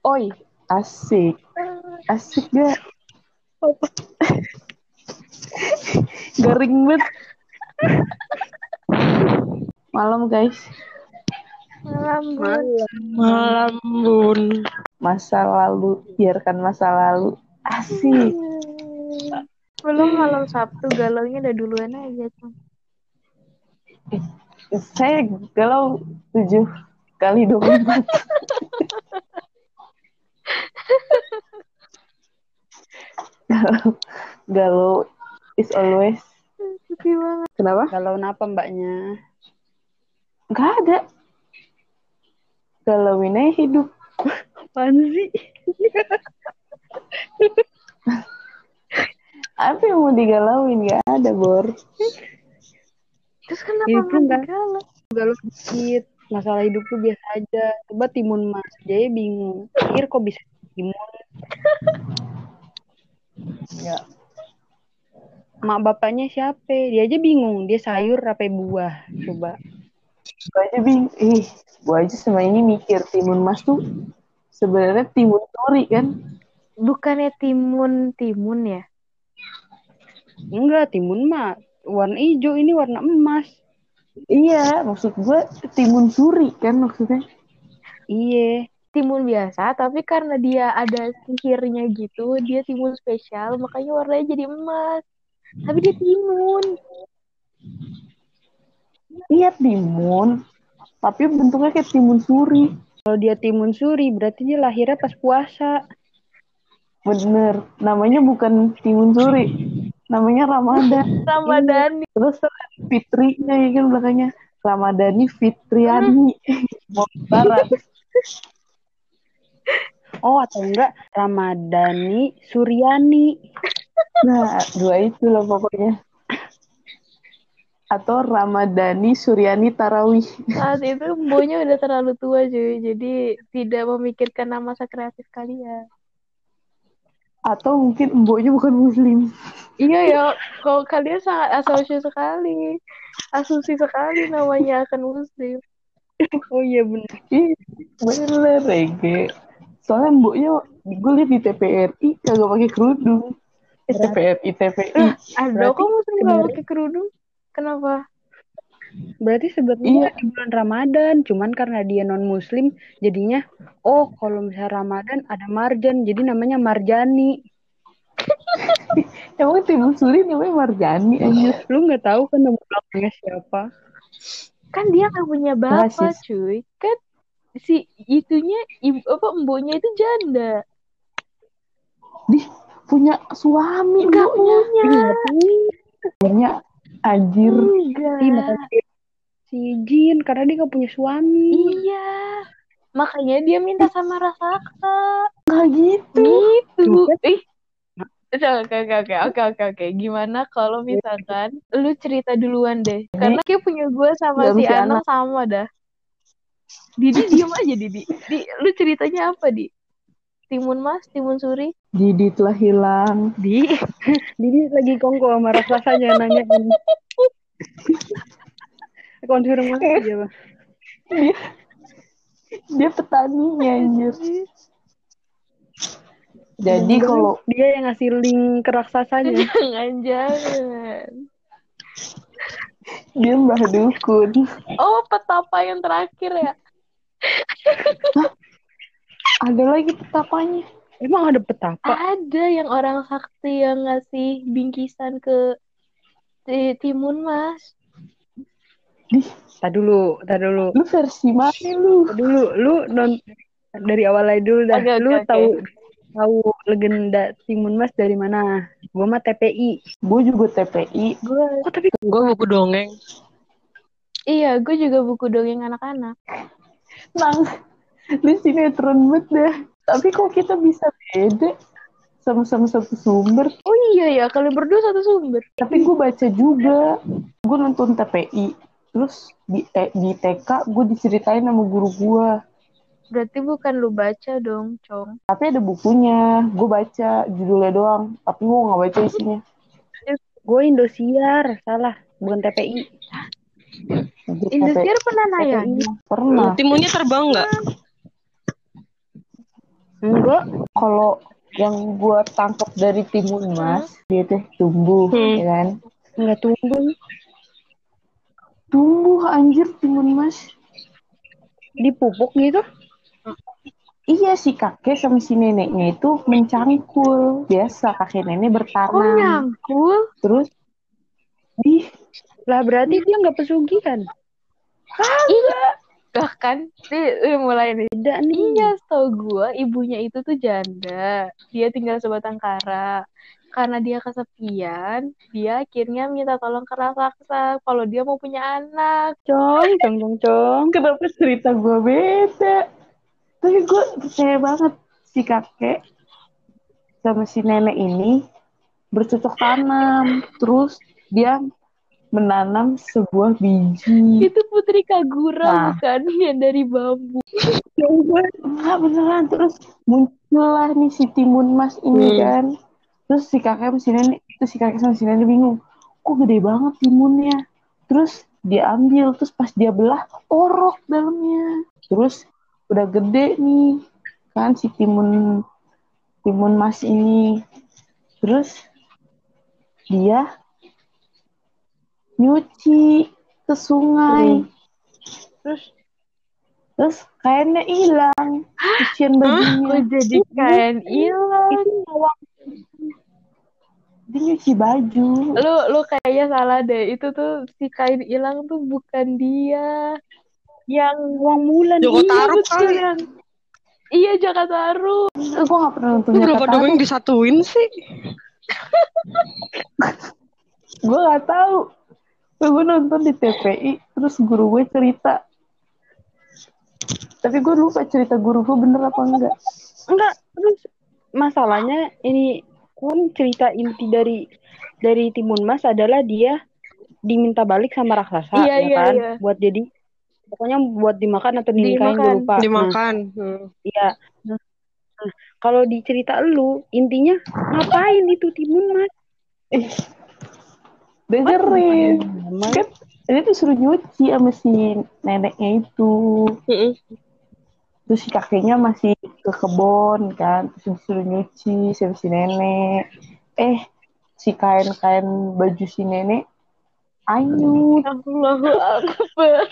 Oi, asik. Asik gak? Garing banget. Malam guys. Malam, Bun. Malam bun. Masa lalu, biarkan masa lalu. Asik. Belum malam Sabtu, galaunya udah duluan aja tuh. Saya galau 7 kali 24. Galau is always. Sedih banget. Kenapa? Galau apa mbaknya? Gak ada. Galauin aja hidup. Apaan sih? Apa yang mau digalauin? Gak ada, Bor. Terus kenapa Hidup lu nggak nggak digalau? galau dikit. Masalah hidup tuh biasa aja. Coba timun mas, jadi bingung. Pikir kok bisa timun? Ya. Mak bapaknya siapa? Dia aja bingung. Dia sayur apa buah? Coba. Gue aja bingung. Gue aja sama ini mikir timun mas tuh sebenarnya timun suri kan? Bukannya timun ya? Enggak, timun mah warna hijau, ini warna emas. Iya, maksud gue timun suri kan maksudnya. Iya. Timun biasa, tapi karena dia ada sihirnya gitu, dia timun spesial, makanya warnanya jadi emas. Tapi dia timun. Iya timun, tapi bentuknya kayak timun suri. Kalau dia timun suri, berarti dia lahirnya pas puasa. Bener, namanya bukan timun suri, namanya Ramadan. Ramadhani. Terus Fitrinya ya kan belakangnya Ramadhani Fitriani. Mau lebaran. Oh, atau enggak Ramadhani Suryani. Nah, dua itu loh pokoknya. Atau Ramadhani Suryani Tarawih. Saat itu Mbonya udah terlalu tua cuy, jadi tidak memikirkan nama kreatif kalian. Atau mungkin mboknya bukan muslim. Iya ya, kalau kalian sangat asumsi sekali namanya akan muslim. Oh iya benar. Ih, bener Rege. Soalnya mboknya gue liat di TPRI kagak pakai kerudung. TPRI, TPI. Ada Berarti kok muslim gak sebenarnya pakai kerudung? Kenapa? sebenarnya di bulan Ramadan, cuman karena dia non muslim jadinya kalau misalnya Ramadan ada marjan, jadi namanya Marjani. Emang timun suri namanya Marjani aja. Lu nggak tahu kan nama belakangnya siapa? Kan dia gak punya bapak Rasis. cuy. Kan si itunya mboknya itu janda. Di punya suami Gak mboknya. punya. Punya anjir. Ih, makanya dia si Jin karena dia nggak punya suami. Iya. Makanya dia minta sama Rasaka. Nggak gitu. Gitu. Tuh, Oke. Gimana kalau misalkan lu cerita duluan deh? Karena kayak punya gue sama si Anang sama dah. Didi diem aja Didi. Lu ceritanya apa Di? Timun mas, timun suri? Didi telah hilang. Didi lagi kongko sama rasanya nanyain. Konfirmasi aja bang. Dia petaninya anjir. Jadi kalau dia yang ngasih link ke raksasanya. Jangan. dia Mbah Dukun. Oh, petapa yang terakhir ya? Ada lagi petapanya. Emang ada petapa? Ada yang orang sakti yang ngasih bingkisan ke timun mas. Tadi dulu. Lu versi mana lu? Lu dari awalnya dulu dah. Okay. Lu tahu legenda Timun Mas dari mana? Gua mah TPI. Gue juga TPI. Tapi gue buku dongeng. Iya, gue juga buku dongeng anak-anak. Lu sinetron banget dah. Tapi kok kita bisa beda? Sama-sama satu sumber. Oh iya ya, kalian berdua satu sumber. Tapi gue baca juga. Gue nonton TPI. Terus di TK gue diceritain sama guru gue. Berarti bukan lu baca dong, Cong. Tapi ada bukunya. Gue baca judulnya doang. Tapi gue gak baca isinya. Gue Indosiar, salah. Bukan TPI. Indosiar pernah nayangin? Pernah. Timunnya terbang nggak? Enggak. Kalau yang gue tangkap dari Timun Mas, dia tuh tumbuh, ya kan? Enggak tumbuh. Tumbuh anjir Timun Mas. Dipupuk gitu. Iya, si kakek sama si neneknya itu mencangkul. Biasa kakek nenek Kok bertanam. nyangkul? Terus Lah berarti dia nggak pesugihan. Iya. Bahkan mulai nih. Tidak nih. Iya, setahu gue ibunya itu tuh janda. Dia tinggal sebatang kara. Karena dia kesepian, dia akhirnya minta tolong ke raksasa kalau dia mau punya anak. Cong. kenapa cerita gue beda? Tapi gue percaya banget si kakek sama si nenek ini bercocok tanam. Terus dia menanam sebuah biji. Itu Putri Kagura bukan yang dari bambu. Enggak beneran. Terus muncullah nih si Timun Mas ini kan. Terus si kakek sama si nenek, terus si kakek sama si nenek bingung. Kok gede banget timunnya? Terus dia ambil, terus pas dia belah, orok dalamnya. Terus udah gede nih kan si Timun Timun Mas ini. Terus dia nyuci ke sungai. Terus kainnya hilang. Cucian bajunya. Kok jadi kain hilang? Dia nyuci baju. Lu kayaknya salah deh. Itu tuh si kain hilang tuh bukan dia. Yang Uang bulan. Joko Tarub kali. Iya, Jaka Tarub. Gue gak pernah nonton Kok Jaka berapa dongeng Tarub. disatuin sih? Gue gak tahu. Gue nonton di TPI, terus guru gue cerita. Tapi gue lupa cerita guru gue bener apa enggak. Enggak, terus masalahnya ini kan cerita inti dari Timun Mas adalah dia diminta balik sama raksasa kan. Buat jadi pokoknya buat dimakan atau dinikahin gue lupa. Dimakan. Iya. Nah, kalau di cerita lu intinya ngapain itu Timun Mas? Dengerin. Kan ini tuh suruh nyuci sama si neneknya itu. Terus si kakeknya masih ke kebun kan. Terus disuruh nyuci sama si nenek. Si kain-kain baju si nenek anyut. Allahu Akbar.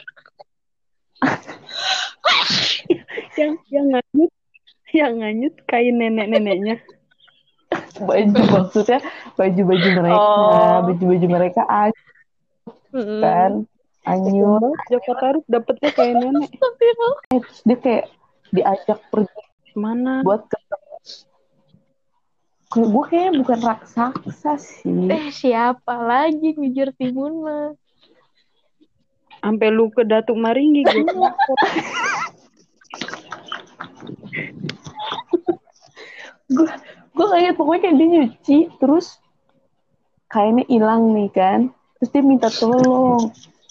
yang nganyut kain nenek-neneknya. Baju maksudnya baju-baju mereka anyut kan. Anyut. Joko Tarub dapetnya kayak nenek. Terus dia kayak diajak pergi mana buat ketemu. Kalau gue kayaknya bukan raksasa sih. Siapa lagi ngejar Timun Mas? sampai lu ke Datuk Maringgi gue kayak pokoknya kayak dia nyuci terus kainnya hilang nih kan, terus dia minta tolong,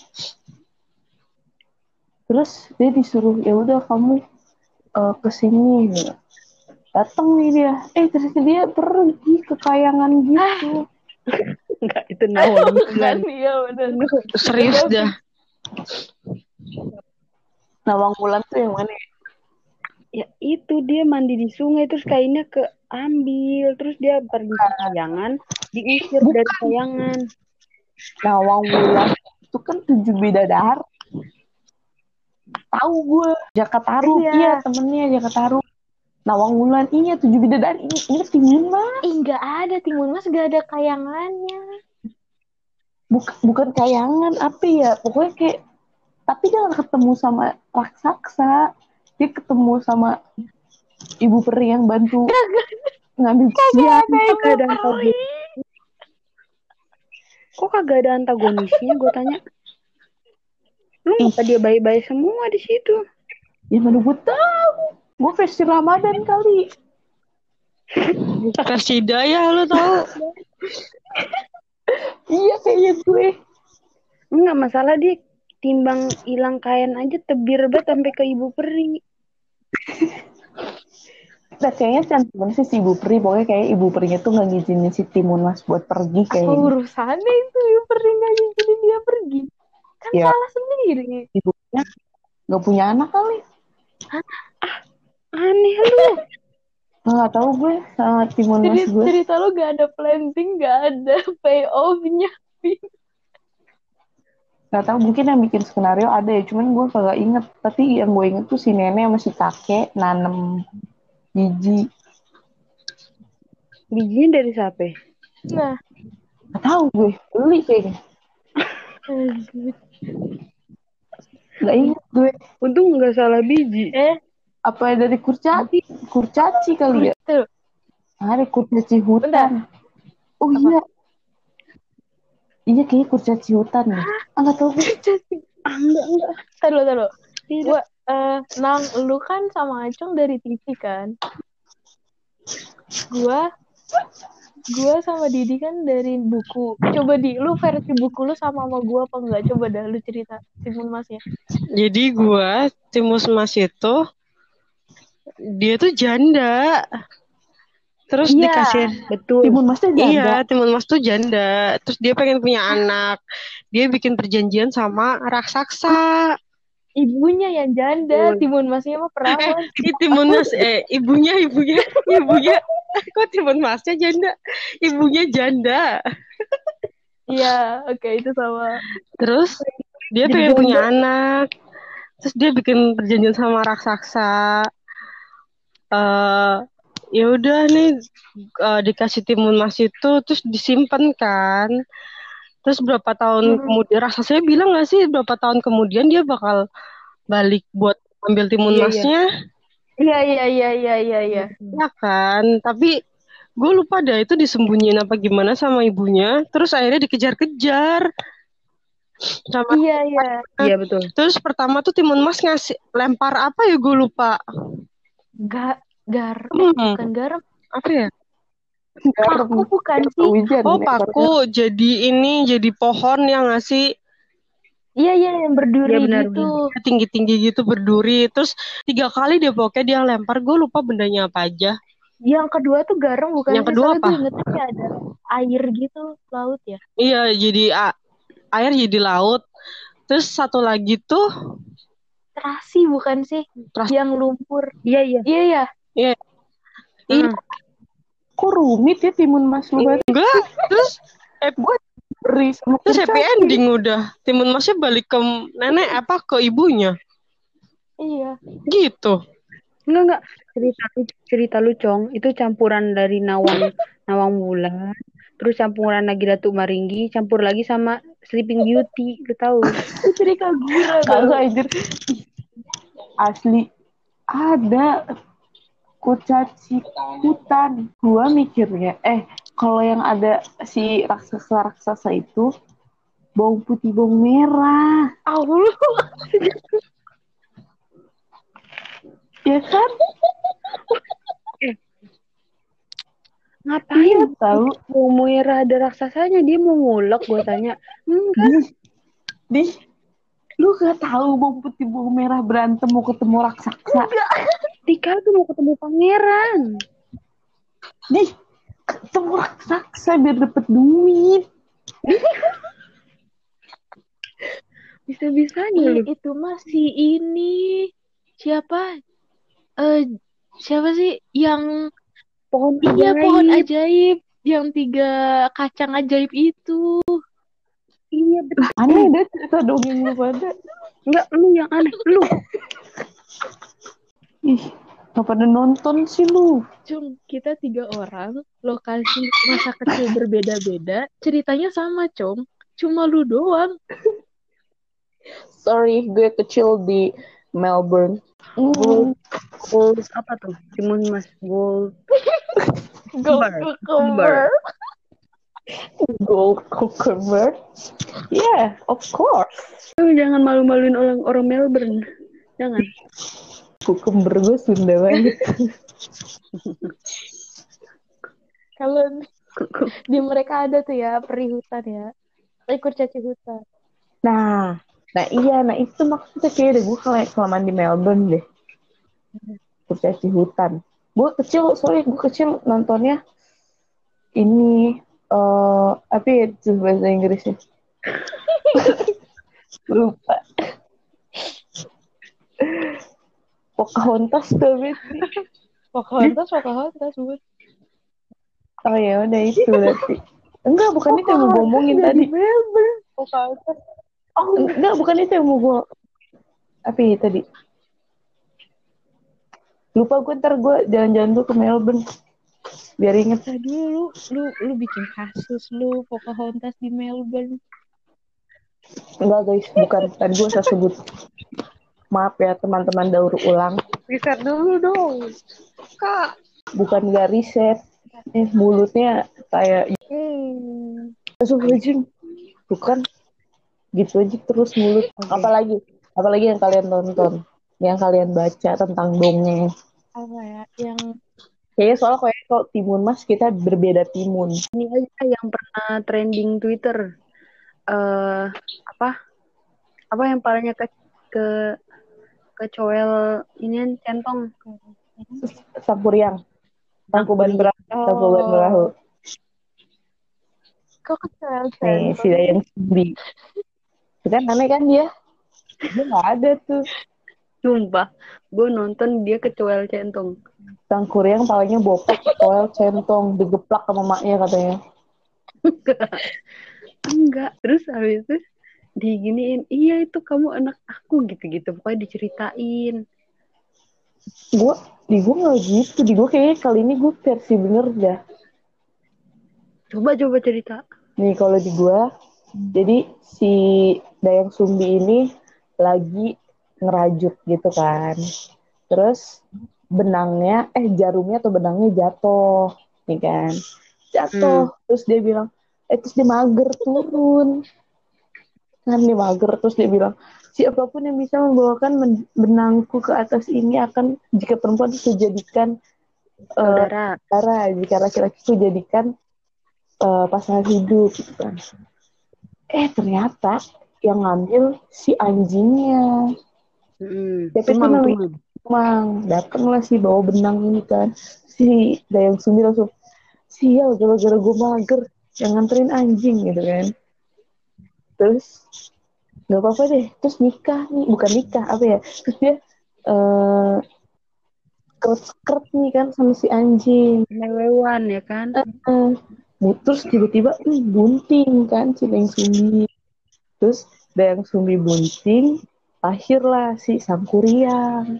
terus dia disuruh ya udah kamu kesini nih. Datang nih dia, terus dia pergi ke kayangan gitu. Enggak, itu Nawang Bulan. Iya benar. Serius dah. Nawang Bulan tuh yang mana? Ya itu dia mandi di sungai terus kainnya keambil, terus dia pergi ke kayangan, diusir dari kayangan. Nawang Bulan itu kan 7 bidadari. Tahu gue, Jaka Tarub, iya temennya Jaka Tarub. Nawang Wulan, iya 7 bidadari. Ini Timun Mas. Nggak ada Timun Mas, nggak ada kayangannya. Bukan kayangan, apa ya? Pokoknya kayak, tapi dia gak ketemu sama raksasa. Dia ketemu sama ibu peri yang bantu ngambil siang. Kok kagak ada antagonisnya? Gue tanya. Lu ngapa dia baik-baik semua di situ? Ya mana gue tahu. Gue versi Ramadan kali. Versi Daya lu tahu. Iya kayaknya gue. Enggak masalah, dia timbang hilang kain aja tebir banget sampai ke ibu peri. Nah, kayaknya cantik sih si ibu peri. Pokoknya kayak ibu perinya tuh gak ngizinin si Timun Mas buat pergi kayaknya. Apa urusannya itu ibu peri gak ngizinin dia pergi? Kan ya, salah sendiri. Ibunya gak punya anak kali. Aneh lu. Nggak tahu gue sama timun mas gue. Cerita lo gak ada planting, gak ada payoff-nya. Nggak tahu, mungkin yang bikin skenario ada ya, cuman gue kagak inget. Tapi yang gue inget tuh si nenek sama si kakek nanem biji. Bijinya dari siapa? Nah, Nggak tahu gue, beli kayaknya. Nggak inget gue. Untung nggak salah biji. Apa dari kurcaci kali ya? Tuh. Ada kurcaci hutan. Bentar. Oh Apa? iya. Iya kayaknya kurcaci hutan nih. Nggak tahu gue. Enggak. Taruh. Gue, Nang, lu kan sama Acung dari TV kan? Gue sama Didi kan dari buku. Coba lu versi buku lu sama gue apa enggak? Coba dah lu cerita Timun Masnya. Jadi Timus Mas itu dia tuh janda. Terus dikasih betul. Timun Mas tuh janda. Iya, Timun Mas tuh janda. Terus dia pengen punya anak. Dia bikin perjanjian sama raksasa. Ibunya yang janda, Timun Masnya mah perawan. Timun Mas, ibunya. Kok Timun Masnya janda? Ibunya janda. Iya, oke, itu sama. Terus dia pengen punya anak. Terus dia bikin perjanjian sama raksasa. Ya udah nih dikasih Timun Mas itu, terus disimpan kan. Terus berapa tahun kemudian raksasanya bilang nggak sih berapa tahun kemudian dia bakal balik buat ambil Timun Masnya? Iya. Ya kan, tapi gue lupa dah itu disembunyiin apa gimana sama ibunya. Terus akhirnya dikejar-kejar sama. Iya betul. Terus pertama tuh Timun Mas ngasih lempar apa ya, gue lupa. Bukan garam. Apa ya? Paku bukan sih? Paku. Jadi pohon yang ngasih. Iya, yang berduri gitu. Tinggi-tinggi gitu berduri. Terus 3 kali dia pokoknya dia lempar. Gue lupa bendanya apa aja. Yang kedua tuh garam bukan? Yang kedua apa? Gue ingetnya ada air gitu, laut ya. Iya, jadi air jadi laut. Terus satu lagi tuh terasi bukan sih? Yang lumpur. Iya. Kok rumit ya Timun Mas lu banget? Enggak. Terus gue beri sama terus happy ending udah. Timun Masnya balik ke nenek apa ke ibunya? Iya. Gitu. Enggak. Cerita lu, Cong. Itu campuran dari Nawang Bulan. Terus campuran lagi Datuk Maringgi, campur lagi sama Sleeping Beauty, lu tahu? Cerita gila. Kagak anjir. Asli ada kurcaci hutan. Gua mikirnya, kalau yang ada si raksasa itu bawang putih, bawang merah. Allah. Ya kan? Ngapain tahu? Bawang merah ada raksasanya, dia mau ngulek, gue tanya. Lu gak tahu bawang putih, bawang merah berantem mau ketemu raksasa? Tika tuh mau ketemu pangeran. Ketemu raksasa biar dapet duit. Bisa-bisanya lu. Itu masih ini siapa sih yang pohon ajaib yang 3 kacang ajaib itu. Iya betul. Aneh deh cerita dongeng lu pada. Enggak, lu yang aneh, lu. Gak pada nonton sih lu. Cung, kita 3 orang, lokasi masa kecil berbeda-beda, ceritanya sama, Cung. Cuma lu doang. Sorry, gue kecil di Melbourne. Gold apa tuh? Timun Mas Gold. Cucumber. Gold cucumber. Yeah, of course. Lu jangan malu-maluin orang Melbourne. Jangan. Cucumber gue Sunda banget. Kalau di mereka ada tuh ya peri hutan ya, kurcaci hutan. Nah itu maksudnya kayak gue kelamaan di Melbourne deh. Kurcaci hutan. Gue kecil nontonnya ini apa ya bahasa Inggrisnya? Lupa. Pocahontas tuh Pocahontas buat. Oh ya udah itu berarti. Enggak, bukan itu yang mau gue omongin tadi. Pocahontas. Enggak, bukan itu yang mau gue. Apa ya tadi? Lupa gue, ntar gue jalan-jalan dulu ke Melbourne. Biar inget. Nah dulu lu bikin kasus lu Pocahontas di Melbourne. Enggak guys, bukan. Tadi gue saya sebut. Maaf ya teman-teman daur ulang. Riset dulu dong. Kak. Bukan gak riset. Mulutnya kayak Astagfirullahaladzim. Bukan. Gitu aja terus mulut. Okay. Apalagi yang kalian tonton. Yang kalian baca tentang dongeng. Apa ya? Yang kayaknya soalnya kalau Timun Mas kita berbeda timun. Ini aja yang pernah trending Twitter. Apa yang palanya ke ini centong. Sampuriang. Tangkuban Perahu. Kok kecuali nih si Dayang Sumbi. Itu kan aneh kan dia nggak ada tuh. Sumpah, gue nonton dia kecuali centong. Tangkuriang palanya bopak, kecuali centong, digeplak sama maknya katanya. Enggak. Terus habis itu diginiin, iya itu kamu anak aku gitu-gitu. Pokoknya diceritain. Di gue nggak gitu. Di gue kayaknya kali ini gue versi bener dah. Coba cerita. Nih kalau di gue, jadi si Dayang Sumbi ini lagi ngerajut gitu kan. Terus jarumnya atau benangnya jatuh, nih kan. Jatuh. Terus dia bilang, terus dia mager turun. Kan dia mager, terus dia bilang, siapapun yang bisa membawakan benangku ke atas ini akan, jika perempuan itu jadikan saudara, jika laki-laki itu jadikan pasangan hidup gitu kan. Ternyata yang ngambil si anjingnya. Tapi itu namanya Tumang. Datanglah si bawa benang ini kan. Si Dayang Sumbi langsung, sial gara-gara gue mager yang nganterin anjing gitu kan. Terus nggak apa-apa deh, terus bukan nikah apa ya, terus dia keret nih kan sama si anjing, lewewan ya kan. terus tiba-tiba bunting kan si Dayang Sumbi. Terus Dayang Sumbi bunting, lahirlah si Sangkuriang.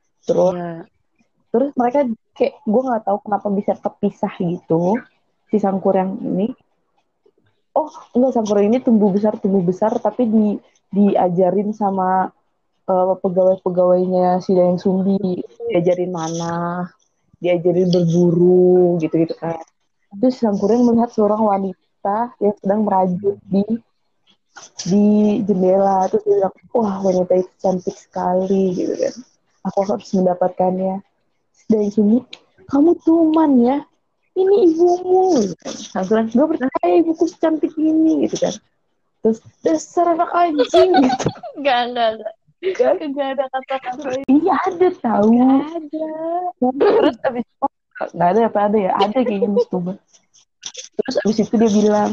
Terus mereka kayak, gue nggak tahu kenapa bisa terpisah gitu si Sangkuriang ini. Oh enggak, Sangkuriang ini tumbuh besar tapi diajarin sama pegawai-pegawainya si Dayang Sumbi, diajarin mana, diajarin berburu gitu kan. Terus Sangkuriang melihat seorang wanita yang sedang merajut di jendela. Terus dia bilang, wah wanita itu cantik sekali gitu kan, aku harus mendapatkannya. Dayang Sumbi, kamu tuman ya, ini ibumu gitu kan. Sangkuriang, gue percaya ibuku secantik ini gitu kan. Terus dasar anak anjing gitu. Enggak ada kata-kata. Iya ada tahu. Ada. Terus abis itu nggak ada apa ada ya, ada kayaknya Mas Tuba. Terus abis itu dia bilang,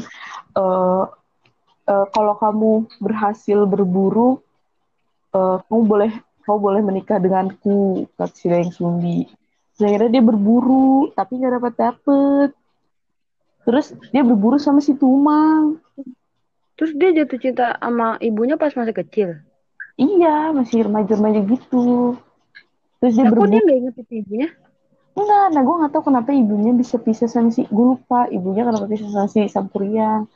kalau kamu berhasil berburu, kamu boleh menikah denganku, kata si Dayang Sumbi. Akhirnya dia berburu tapi nggak dapet. Terus dia berburu sama si Tumang. Terus dia jatuh cinta sama ibunya pas masih kecil. Iya, masih remaja gitu. Terus dia berburu. Kok dia nggak inget ibunya? Enggak, nah gue nggak tahu kenapa ibunya bisa pisah sama si, gue lupa ibunya kenapa pisah sama si Sampuriang.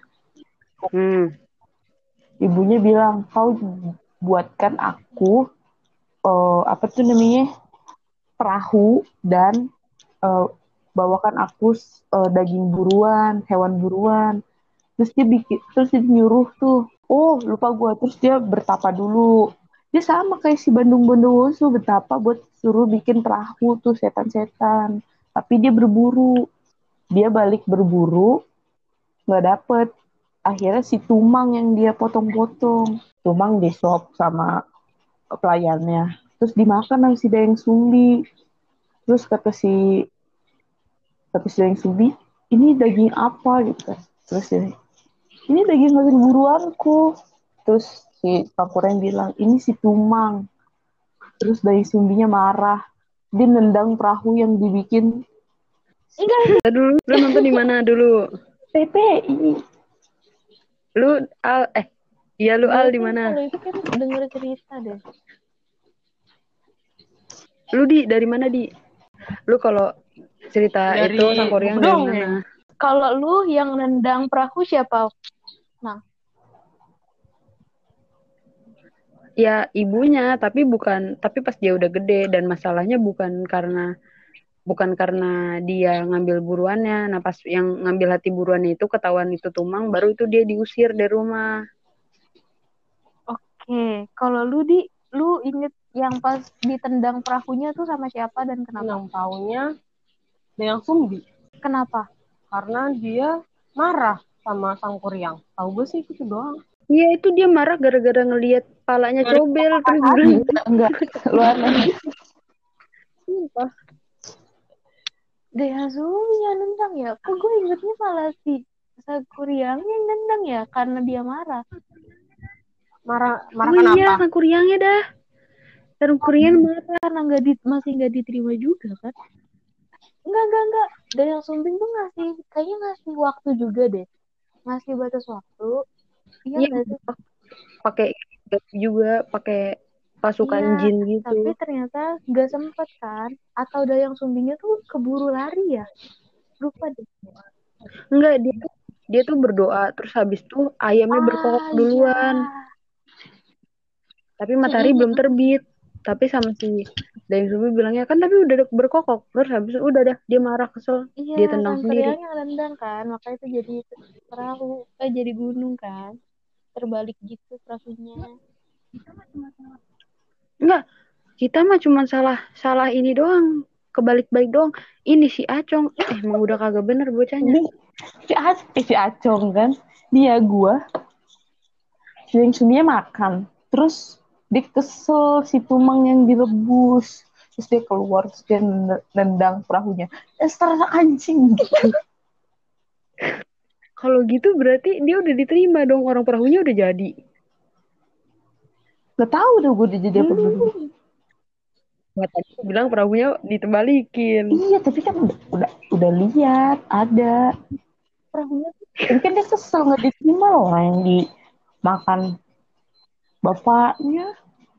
Ibunya bilang, kau buatkan aku apa tuh namanya, perahu, dan bawakan aku daging buruan, hewan buruan. Terus dia nyuruh tuh, lupa gue, terus dia bertapa dulu. Dia sama kayak si Bandung Bondowoso, betapa buat suruh bikin perahu tuh setan-setan. Tapi dia berburu. Dia balik berburu, nggak dapet. Akhirnya si Tumang yang dia potong-potong. Tumang disop sama pelayannya. Terus dimakan sama si Dayang Sumbi. Terus kata si Dayang Sumbi, ini daging apa gitu kan. Terus ini daging hasil buruanku. Terus si Sangkuriang bilang, ini si Tumang. Terus Dayang Sumbinya marah. Dia nendang perahu yang dibikin. Enggak. Dulu lu nonton di mana dulu? PPI. Lu Al iya lu Al di mana? Kalau itu kan denger cerita deh. Lu dari mana Lu kalau cerita Dari itu Sangkuriang dari mana? Kalau lu yang nendang perahu siapa? Nah. Ya ibunya, tapi pas dia udah gede, dan masalahnya bukan karena dia ngambil buruannya. Nah pas yang ngambil hati buruannya itu ketahuan itu tumang, baru itu dia diusir dari rumah. Oke, kalau lu inget yang pas ditendang perahunya tuh sama siapa dan kenapa? Yang taunya Dayang Sumbi. Kenapa? Karena dia marah sama Sangkuriang. Tahu gue sih itu doang. Iya, itu dia marah gara-gara ngelihat palanya cobel terus enggak lu aneh. Sumpah. Dayang Sumbi yang nendang ya? Kok gue ingetnya malah si Sangkuriang yang nendang ya karena dia marah. Marah kenapa? Iya, Sangkuriangnya dah. Sangkuriang marah karena masih nggak diterima juga kan? Enggak. Dayang Sumbing tuh kayaknya ngasih waktu juga deh. Ngasih batas waktu. Iya nggak sih? Pakai juga pakai pasukan jin gitu. Tapi ternyata nggak sempet kan? Atau Dayang Sumbingnya tuh keburu lari ya? Lupa deh. Enggak, dia tuh berdoa, terus habis tuh ayamnya berkokok duluan. Iya. Tapi matahari belum terbit. Tapi sama si Dayang Sumbi bilangnya kan tapi udah berkokok. Terus habis itu udah dah dia marah kesel. Dia tendang sendiri. Iya, yang nendang kan. Makanya itu jadi perahu, jadi gunung kan. Terbalik gitu perahunya. Enggak, kita mah cuma salah ini doang. Kebalik-balik doang. Ini si Acong emang udah kagak bener bocahnya. Si Acong kan. Dia gua. Yang Sumbinya makan. Terus dia kesel si Tumang yang direbus. Terus dia keluar, terus dia nendang perahunya. Terasa anjing gitu. Kalau gitu berarti dia udah diterima dong, orang perahunya udah jadi. Gak tahu deh gue udah jadi apa dulu. Tadi bilang perahunya ditebalikin. Iya, tapi kan udah lihat ada perahunya. Tapi kan dia kesel nggak diterima loh yang dimakan bapaknya.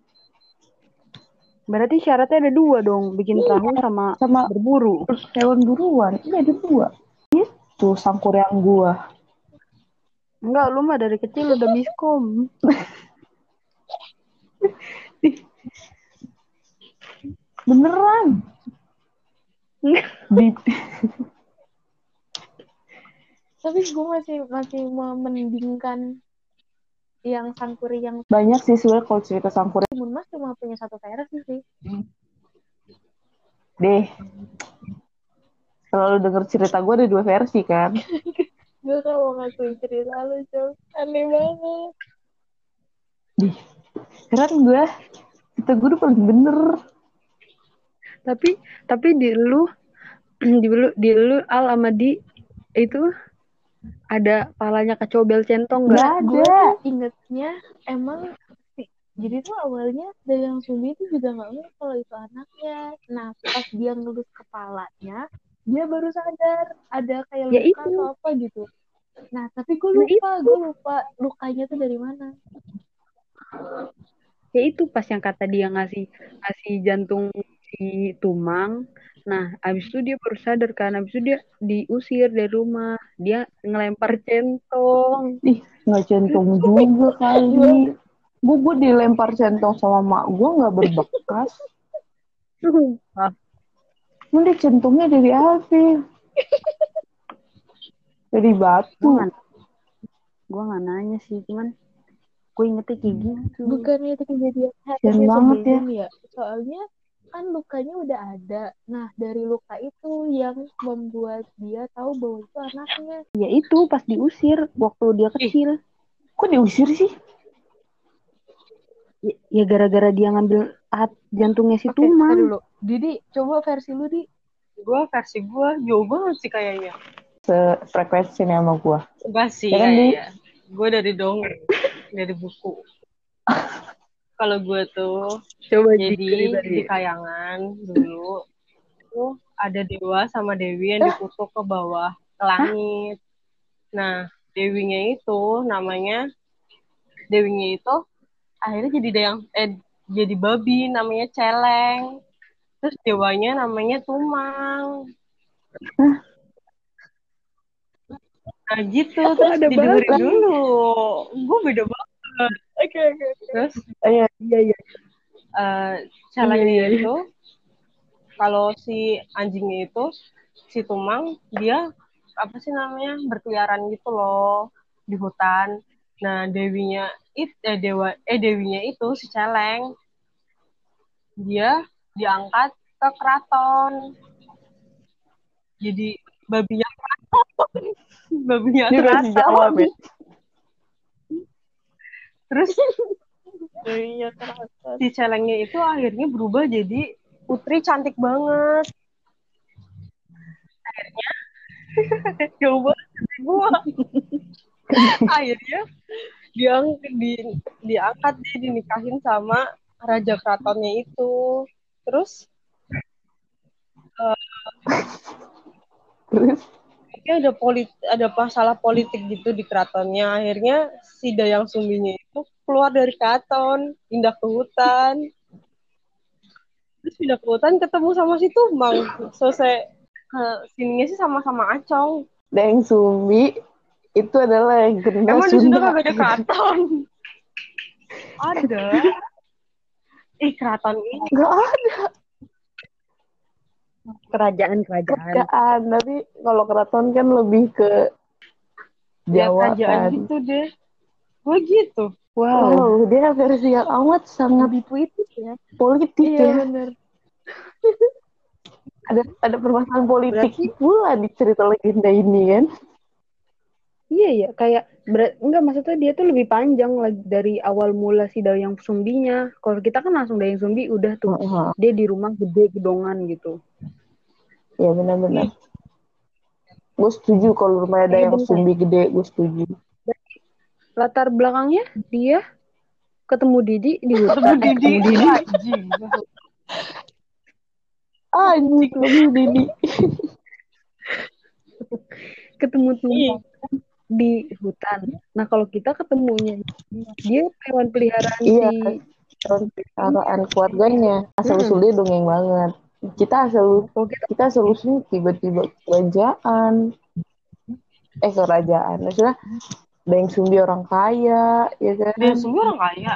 Berarti syaratnya ada dua dong, bikin perahu sama berburu. Hewan buruan, iya ada dua. Itu Sangkuriang gua. Enggak, lu mah dari kecil udah miskom. Beneran. Tapi gue masih memendingkan yang Sangkuriang. Banyak sih sebenarnya kalau cerita Sangkuriang. Timun Mas cuma punya satu versi sih. Deh. Kalau lu denger cerita gue ada dua versi kan. Gue kalau ngakuin cerita lu, Cok. Aneh banget. Dih. Keren gue. Cerita gue udah paling bener. Tapi di lu Al sama di itu ada palanya kecobel centong nggak ada. Gue tuh ingetnya emang jadi tuh awalnya Dayang Sumbi itu juga nggak ngerti kalau itu anaknya. Nah pas dia ngelus kepalanya, dia baru sadar ada kayak luka atau apa gitu. Nah tapi gue lupa lukanya tuh dari mana. Ya itu pas yang kata dia ngasih jantung si Tumang. Nah, abis itu dia baru sadar kan, abis itu dia diusir dari rumah. Dia ngelempar centong. Ih, nggak centong juga kali. Gue dilempar centong sama mak gue nggak berbekas. Ini centongnya dari apa? Dari batu. Gue nggak nanya sih, cuman gue ingetnya kayak gitu. Bukannya itu kejadian banget ya. Soalnya kan lukanya udah ada. Nah dari luka itu yang membuat dia tahu bahwa itu anaknya. Ya itu pas diusir waktu dia kecil. Kok diusir sih? Ya gara-gara dia ngambil jantungnya si Tumang. Dulu. Didi, coba versi lu, Di. Versi gue jauh banget sih kayaknya. Sefrekuensi sama gue. Enggak sih, ya. Gue dari dongeng, dari buku. Kalau gue tuh Coba jadi diceritain. di Kayangan dulu tuh ada dewa sama dewi yang dikutuk ke bawah ke langit. Nah, dewinya itu akhirnya jadi babi namanya Celeng. Terus dewanya namanya Tumang. Nah gitu, terus ada didengerin babi? dulu. Gue beda banget. Oke. Terus Iya. Celengnya Iya. itu, kalau si anjingnya itu, si Tumang, dia apa sih namanya, berkeliaran gitu loh di hutan. Nah dewinya itu si Celeng, dia diangkat ke keraton. Jadi babinya babinya Dia kasih jawab keraton. ya. Terus Babinya keraton. si Celengnya itu akhirnya berubah jadi putri cantik banget. Akhirnya jauh banget gua. Akhirnya diangkat, dia dinikahin sama raja keratonnya itu. Terus Terus ada masalah politik gitu di keratonnya. Akhirnya si Dayang Sumbinya itu keluar dari keraton, pindah ke hutan. Terus pindah ke hutan ketemu sama si Tumang. Selesai ke sininya sih sama-sama Acong. Deng Sumbi itu adalah yang kena Emang di Sunda Sunda. kagak ada keraton? Ada. Keraton ini. Gak ada Kerajaan. kerajaan, tapi kalau keraton kan lebih ke Ya Jawa kerajaan kan. gitu deh. Gue gitu. Wow, dia versi yang amat sangat Lebih puitis ya. politik Iya ya. bener. Ada permasalahan politik Berarti pula di cerita legenda ini kan. iya ya, kayak enggak, maksudnya dia tuh lebih panjang lagi dari awal mula si Dayang Sumbinya. Kalau kita kan langsung Dayang Sumbi udah tuh. Dia di rumah gede gedongan gitu. Ya benar-benar. Gue setuju kalau rumah ada yang Bentar. Sumbi gede, gue setuju. Latar belakangnya dia ketemu Didi di hutan. Ketemu Didi. Anjing. Ketemu Didi. Ketemu Tumang di hutan. Nah kalau kita ketemunya dia hewan peliharaan Iya, si hewan peliharaan keluarganya. Asal usulnya dongeng banget. Kita asal usulnya tiba-tiba kerajaan. Maksudnya Deng Sumbi orang kaya, ya kan? Deng Sumbi orang kaya.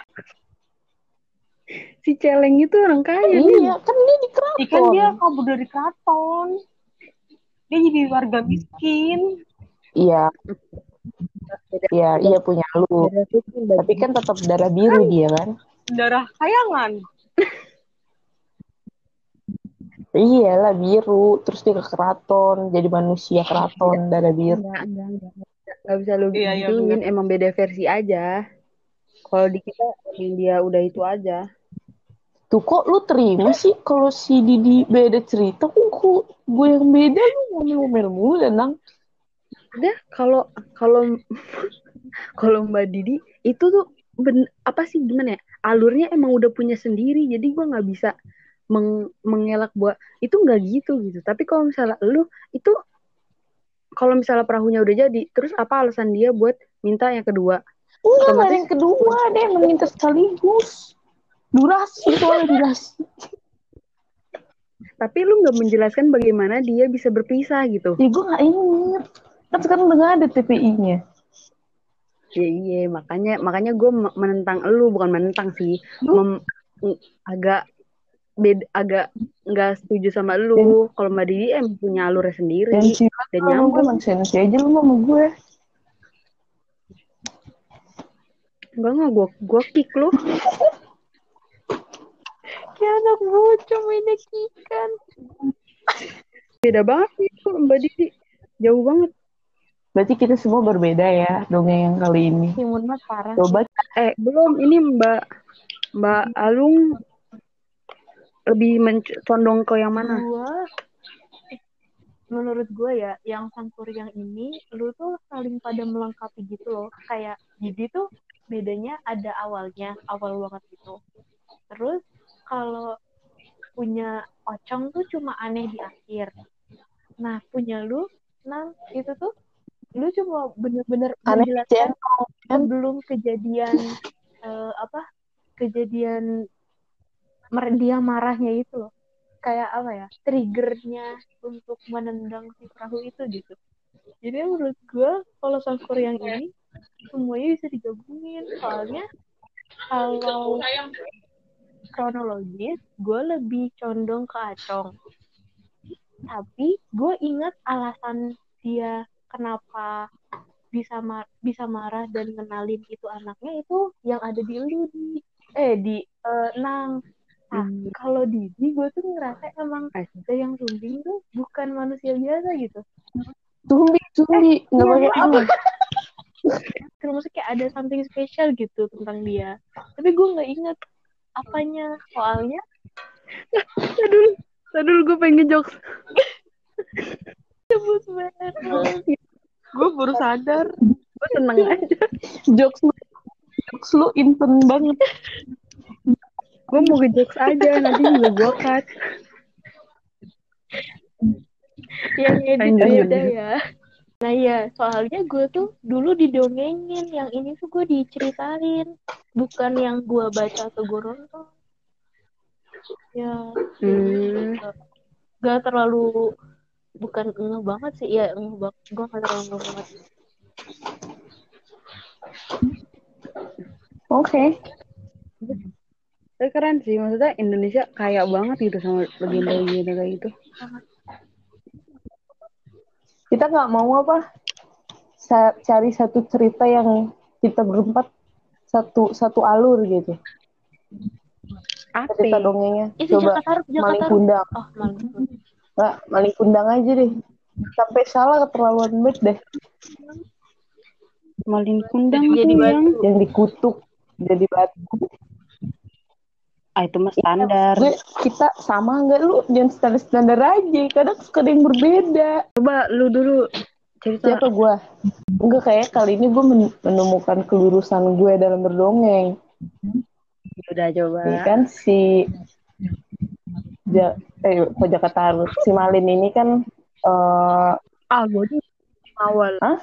Si Celeng itu orang kaya. Iya, kan dia di keraton. Ikan dia kabur dari keraton. Dia jadi warga miskin. Iya. Iya punya lu. Tapi kan tetap darah biru dia kan? Darah Kayangan. Iya lah biru, terus dia ke keraton, jadi manusia keraton, darah biru. Nggak bisa lu gituin, emang beda versi aja. Kalau di kita dia udah itu aja. Tuh kok lu terima sih kalau si Didi beda cerita, kok gue yang beda lu ngomel-ngomel mulu Danang. Udah kalau Mbak Didi itu tuh apa sih gimana ya? Alurnya emang udah punya sendiri, jadi gue nggak bisa mengelak buat itu nggak gitu. Tapi kalau misalnya lu itu, kalau misalnya perahunya udah jadi, terus apa alasan dia buat minta yang kedua? Enggak, yang kedua dia meminta sekaligus. Durasi. Tapi lu nggak menjelaskan bagaimana dia bisa berpisah gitu. Ya gue nggak inget. Kan sekarang udah nggak ada TPI-nya. Iya, makanya gue menentang lu, bukan menentang sih, agak nggak setuju sama lu. Kalau Mbak Didi punya alurnya sendiri dan nyambung. Emang sensi aja lu sama gue. Enggak, gue kick lu. Kayak anak bocah mainnya kikan. Beda banget sih Mbak Didi, jauh banget. Berarti kita semua berbeda ya dongeng yang kali ini. Timun Mas parah. Coba. Belum, ini Mbak Alung lebih condong ke yang mana? Menurut gue ya, yang Sangkuriang ini lu tuh saling pada melengkapi gitu loh. Kayak Didi tuh bedanya ada awal banget gitu. Terus kalau punya Ocong tuh cuma aneh di akhir. Nah, punya lu, Nang, itu tuh lu cuma bener-bener Aneh menjelaskan centong kan. sebelum kejadian kejadian dia marahnya itu loh. Kayak apa ya? Triggernya untuk menendang si perahu itu gitu. Jadi menurut gue kalau Sangkur yang ini semuanya bisa digabungin. Soalnya kalau kronologis gue lebih condong ke Acong. Tapi gue ingat alasan dia kenapa bisa marah dan ngenalin itu anaknya itu yang ada di lu Nang. Nah, kalau Didi gue tuh ngerasa emang Dayang Sumbing tuh bukan manusia biasa gitu. Sumbi nggak pakai maaf. Terus kayak ada something special gitu tentang dia. Tapi gue nggak inget apanya, soalnya Aduh, gue pengen jokes. sebut banget. Gue baru sadar. Gue seneng aja. jokes lu inten banget. Gue mau ngejokes aja, nanti juga gue cut. Yang edit beda ya. Nah ya, soalnya gue tuh dulu didongengin, yang ini tuh gue diceritain, bukan yang gue baca atau gue nonton. Ya, gak terlalu, bukan ngeh banget sih, ya ngeh banget, gue gak terlalu ngeh banget. Oke. Tapi keren sih, maksudnya Indonesia kaya banget gitu sama legenda-legenda kayak gitu. Kita nggak mau apa? Cari satu cerita yang kita berempat satu alur gitu. Cerita dongengnya. Itu Coba Maling Kundang. Oh, Maling Kundang. Nggak, Maling Kundang aja deh. Sampai salah keterlaluan banget deh. Maling Kundang jadi tuh yang dikutuk jadi batu. Itu mah standar. Kita sama nggak lu? Jangan standar aja. Kadang suka ada yang berbeda. Coba lu dulu cerita. Siapa gue? Enggak, kayak kali ini gue menemukan kelurusan gue dalam berdongeng. Udah coba. Ini kan si Jakarta Harus. Si Malin ini kan gue awal. Hah?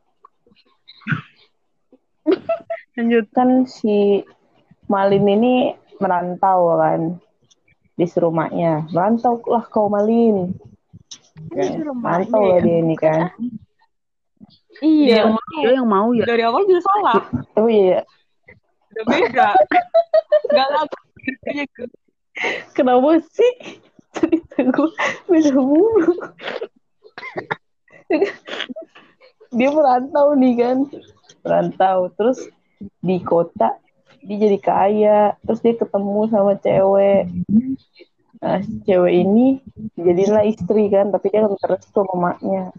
Lanjut. Kan si Malin ini merantau kan, disuruh maknya, merantau lah kau Malin. Merantau lah dia ini kan. Iya. Dia yang mau ya. Dari awal juga salah. Oh iya. Udah beda. Gak lama. Kenapa sih cerita gue beda mulu? Dia merantau nih kan. Merantau. Terus di kota dia jadi kaya. Terus dia ketemu sama cewek. Nah, cewek ini jadilah istri kan. Tapi dia kan terus sama maknya.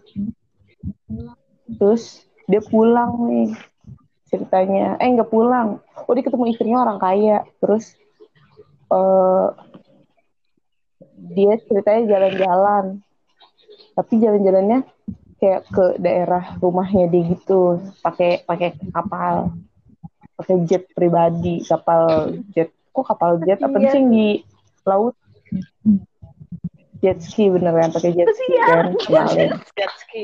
Terus dia pulang nih ceritanya. Nggak pulang. Oh, dia ketemu istrinya orang kaya. Terus dia ceritanya jalan-jalan. Tapi jalan-jalannya kayak ke daerah rumahnya dia gitu. Pakai kapal. Pakai jet pribadi. Kapal jet. Kok kapal jet? Apa sih yang di laut? Jet ski beneran. Pakai jet ski kan. Jet ski.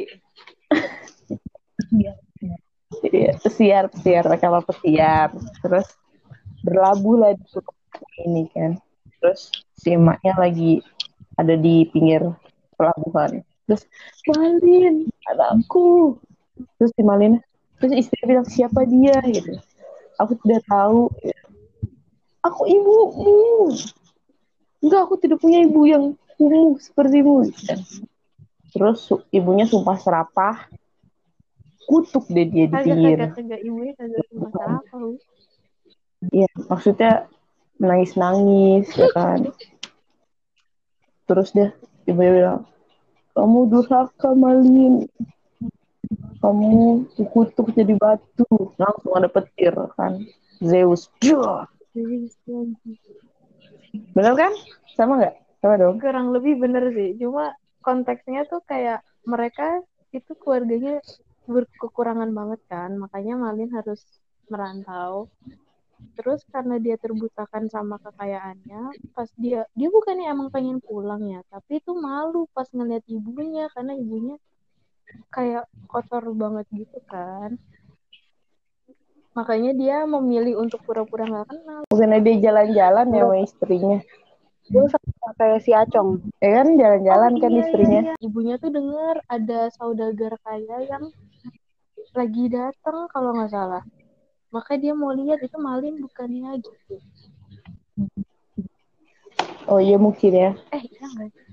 Pesiar kapal pesiar. Terus berlabuh lah di ini kan. Terus si emaknya lagi ada di pinggir pelabuhan. Terus Malin, anakku. Terus si Malin, terus istri bilang siapa dia gitu. Aku tidak tahu. Aku ibumu. Enggak, aku tidak punya ibu yang kumuh sepertimu. Terus ibunya sumpah serapah. Kutuk deh dia di pinggir. Kagak ibunya kagak sumpah serapah. Iya, maksudnya nangis-nangis ya kan. Terus dia ibunya bilang, kamu durhaka Malin, kamu kukutuk jadi batu. Langsung ada petir kan, Zeus. Bener kan? Sama nggak? Sama dong. Kurang lebih bener sih, cuma konteksnya tuh kayak mereka itu keluarganya berkekurangan banget kan, makanya Malin harus merantau. Terus karena dia terbutakan sama kekayaannya, pas dia bukannya emang pengen pulang ya, tapi itu malu pas ngeliat ibunya karena ibunya kayak kotor banget gitu kan. Makanya dia memilih untuk pura-pura nggak kenal. Bukannya dia jalan-jalan ya sama istrinya. Gue sama kayak si Acong. Ya kan jalan-jalan kan istrinya. Iya. Ibunya tuh dengar ada saudagar kaya yang lagi datang kalau nggak salah. Maka dia mau lihat itu Malin bukannya gitu. Oh iya mungkin ya. Iya nggak sih?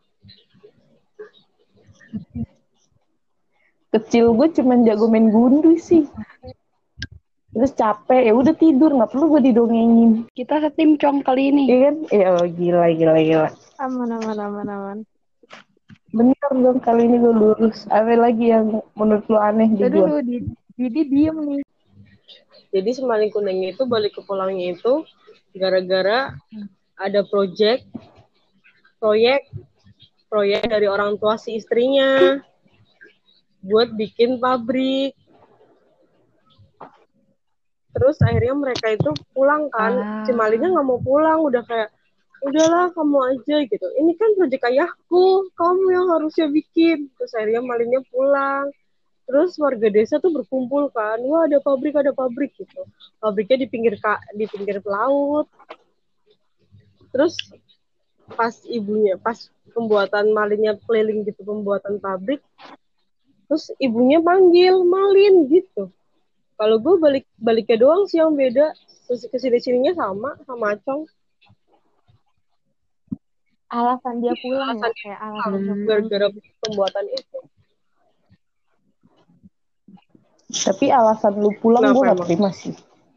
Kecil gue cuman jago main gundu sih. Terus capek ya udah tidur, nggak perlu gue didongengin. Kita setim Cong kali ini. Iya kan? Iya gila. Aman. Bener dong kali ini gue lurus. Ada lagi yang menurut lo aneh di gue? Dulu Didi diem nih. Jadi si maling kuningnya itu balik ke pulangnya itu gara-gara ada proyek dari orang tua si istrinya buat bikin pabrik. Terus akhirnya mereka itu pulang kan. Si malingnya nggak mau pulang, udah kayak udahlah kamu aja gitu. Ini kan proyek ayahku, kamu yang harusnya bikin. Terus akhirnya malingnya pulang. Terus warga desa tuh berkumpul kan, wah ada pabrik gitu. Pabriknya di pinggir laut. Terus pas pembuatan malingnya keliling gitu pembuatan pabrik, terus ibunya panggil Malin gitu. Kalau gue baliknya doang sih yang beda, terus kesini-sininya sama Acong. Alasan dia pulang ya, kayak alasan gara-gara pembuatan itu. Tapi alasan lu pulang gue gak terima sih.